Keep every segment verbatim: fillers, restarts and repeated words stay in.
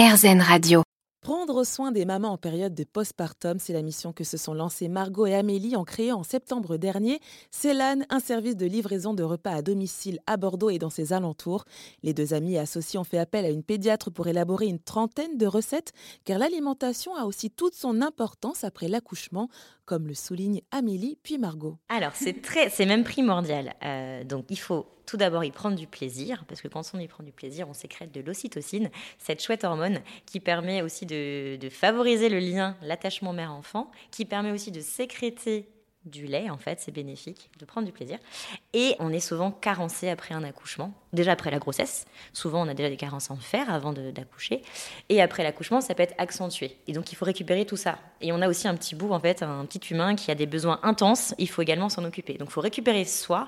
RZN Radio. Prendre soin des mamans en période de postpartum, c'est la mission que se sont lancées Margot et Amélie en créant en septembre dernier Célane, un service de livraison de repas à domicile à Bordeaux et dans ses alentours. Les deux amies et associés ont fait appel à une pédiatre pour élaborer une trentaine de recettes, car l'alimentation a aussi toute son importance après l'accouchement, comme le souligne Amélie puis Margot. Alors, c'est, très, c'est même primordial. Euh, donc, il faut tout d'abord y prendre du plaisir, parce que quand on y prend du plaisir, on sécrète de l'ocytocine, cette chouette hormone qui permet aussi de, de favoriser le lien, l'attachement mère-enfant, qui permet aussi de sécréter du lait, en fait, c'est bénéfique de prendre du plaisir. Et on est souvent carencé après un accouchement, déjà après la grossesse. Souvent, on a déjà des carences en fer avant de, d'accoucher. Et après l'accouchement, ça peut être accentué. Et donc, il faut récupérer tout ça. Et on a aussi un petit bout, en fait, un petit humain qui a des besoins intenses. Il faut également s'en occuper. Donc, il faut récupérer soi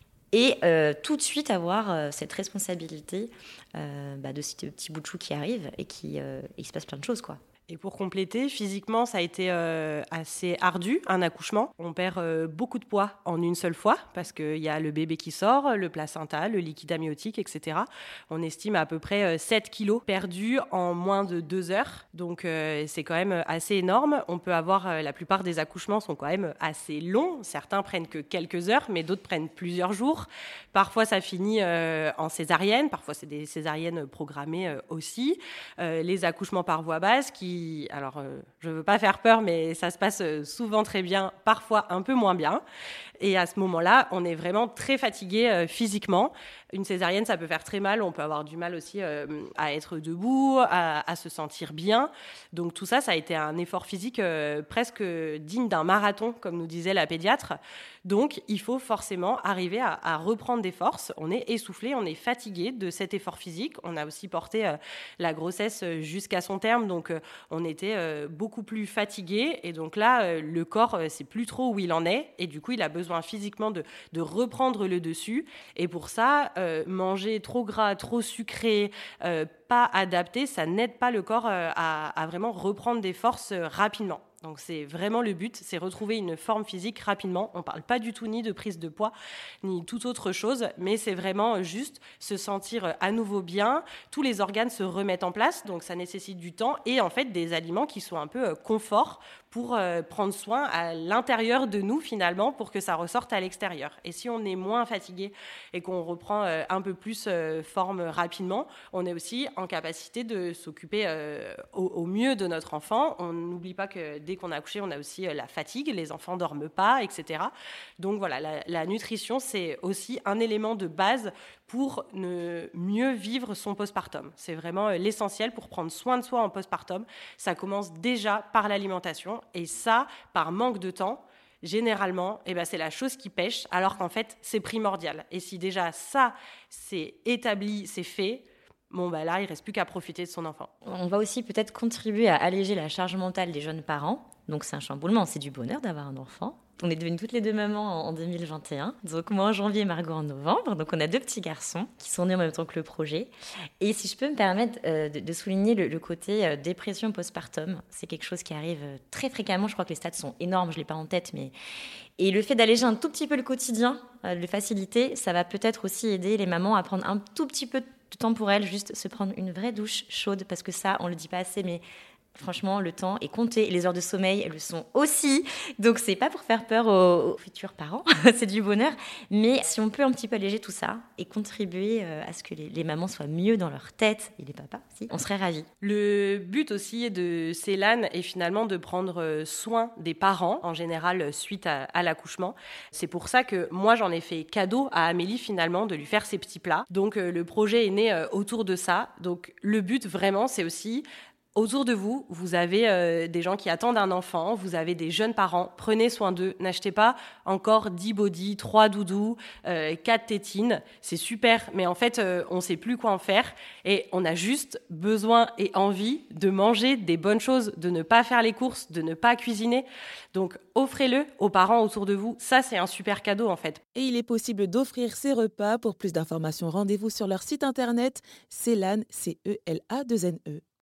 et euh, tout de suite avoir euh, cette responsabilité euh, bah, de ces petits bouts de chou qui arrivent et qui euh, il se passe plein de choses, quoi. Et pour compléter, physiquement, ça a été euh, assez ardu, un accouchement. On perd euh, beaucoup de poids en une seule fois parce qu'il y a le bébé qui sort, le placenta, le liquide amniotique, et cetera. On estime à peu près euh, sept kilos perdus en moins de deux heures. Donc, euh, c'est quand même assez énorme. On peut avoir, euh, la plupart des accouchements sont quand même assez longs. Certains prennent que quelques heures, mais d'autres prennent plusieurs jours. Parfois, ça finit euh, en césarienne. Parfois, c'est des césariennes programmées euh, aussi. Euh, les accouchements par voie basse qui alors euh, je ne veux pas faire peur, mais ça se passe souvent très bien, parfois un peu moins bien. Et à ce moment-là, on est vraiment très fatigué euh, physiquement. Une césarienne, ça peut faire très mal. On peut avoir du mal aussi euh, à être debout, à, à se sentir bien. Donc tout ça, ça a été un effort physique euh, presque digne d'un marathon, comme nous disait la pédiatre. Donc il faut forcément arriver à, à reprendre des forces. On est essoufflé, on est fatigué de cet effort physique. On a aussi porté euh, la grossesse jusqu'à son terme, donc euh, on était euh, beaucoup plus fatigué. Et donc là, euh, le corps, euh, c'est plus trop où il en est. Et du coup, il a besoin physiquement de, de reprendre le dessus. Et pour ça, euh, manger trop gras, trop sucré, euh, pas adapté, ça n'aide pas le corps euh, à, à vraiment reprendre des forces euh, rapidement. Donc c'est vraiment le but, c'est retrouver une forme physique rapidement. On ne parle pas du tout ni de prise de poids, ni toute autre chose, mais c'est vraiment juste se sentir à nouveau bien. Tous les organes se remettent en place, donc ça nécessite du temps et en fait des aliments qui sont un peu euh, confort pour euh, prendre soin à l'intérieur de nous finalement pour que ça ressorte à l'extérieur. Et si on est moins fatigué et qu'on reprend euh, un peu plus euh, forme rapidement, on est aussi en capacité de s'occuper euh, au, au mieux de notre enfant. On n'oublie pas que dès qu'on a accouché, on a aussi euh, la fatigue, les enfants ne dorment pas, et cetera. Donc voilà, la, la nutrition, c'est aussi un élément de base pour ne mieux vivre son postpartum. C'est vraiment euh, l'essentiel pour prendre soin de soi en postpartum. Ça commence déjà par l'alimentation et ça, par manque de temps, généralement, eh ben, c'est la chose qui pêche, alors qu'en fait, c'est primordial. Et si déjà ça, c'est établi, c'est fait, bon, bah là, il ne reste plus qu'à profiter de son enfant. On va aussi peut-être contribuer à alléger la charge mentale des jeunes parents. Donc, c'est un chamboulement, c'est du bonheur d'avoir un enfant. On est devenues toutes les deux mamans en deux mille vingt et un. Donc, moi en janvier, Margot en novembre. Donc, on a deux petits garçons qui sont nés en même temps que le projet. Et si je peux me permettre euh, de, de souligner le, le côté euh, dépression postpartum, c'est quelque chose qui arrive euh, très fréquemment. Je crois que les stats sont énormes, je ne l'ai pas en tête. Mais... Et le fait d'alléger un tout petit peu le quotidien, euh, de le faciliter, ça va peut-être aussi aider les mamans à prendre un tout petit peu de temps pour elles, juste se prendre une vraie douche chaude. Parce que ça, on ne le dit pas assez, mais... Franchement, le temps est compté. Les heures de sommeil, elles le sont aussi. Donc, c'est pas pour faire peur aux, aux futurs parents. C'est du bonheur. Mais si on peut un petit peu alléger tout ça et contribuer à ce que les, les mamans soient mieux dans leur tête, et les papas aussi, on serait ravis. Le but aussi de Célane est finalement de prendre soin des parents, en général, suite à, à l'accouchement. C'est pour ça que moi, j'en ai fait cadeau à Amélie, finalement, de lui faire ses petits plats. Donc, le projet est né autour de ça. Donc, le but, vraiment, c'est aussi... Autour de vous, vous avez euh, des gens qui attendent un enfant, vous avez des jeunes parents, prenez soin d'eux, n'achetez pas encore dix bodys, trois doudous, euh, quatre tétines, c'est super, mais en fait, euh, on ne sait plus quoi en faire et on a juste besoin et envie de manger des bonnes choses, de ne pas faire les courses, de ne pas cuisiner. Donc, offrez-le aux parents autour de vous, ça c'est un super cadeau en fait. Et il est possible d'offrir ces repas. Pour plus d'informations, rendez-vous sur leur site internet Célane, C E L A deux N E.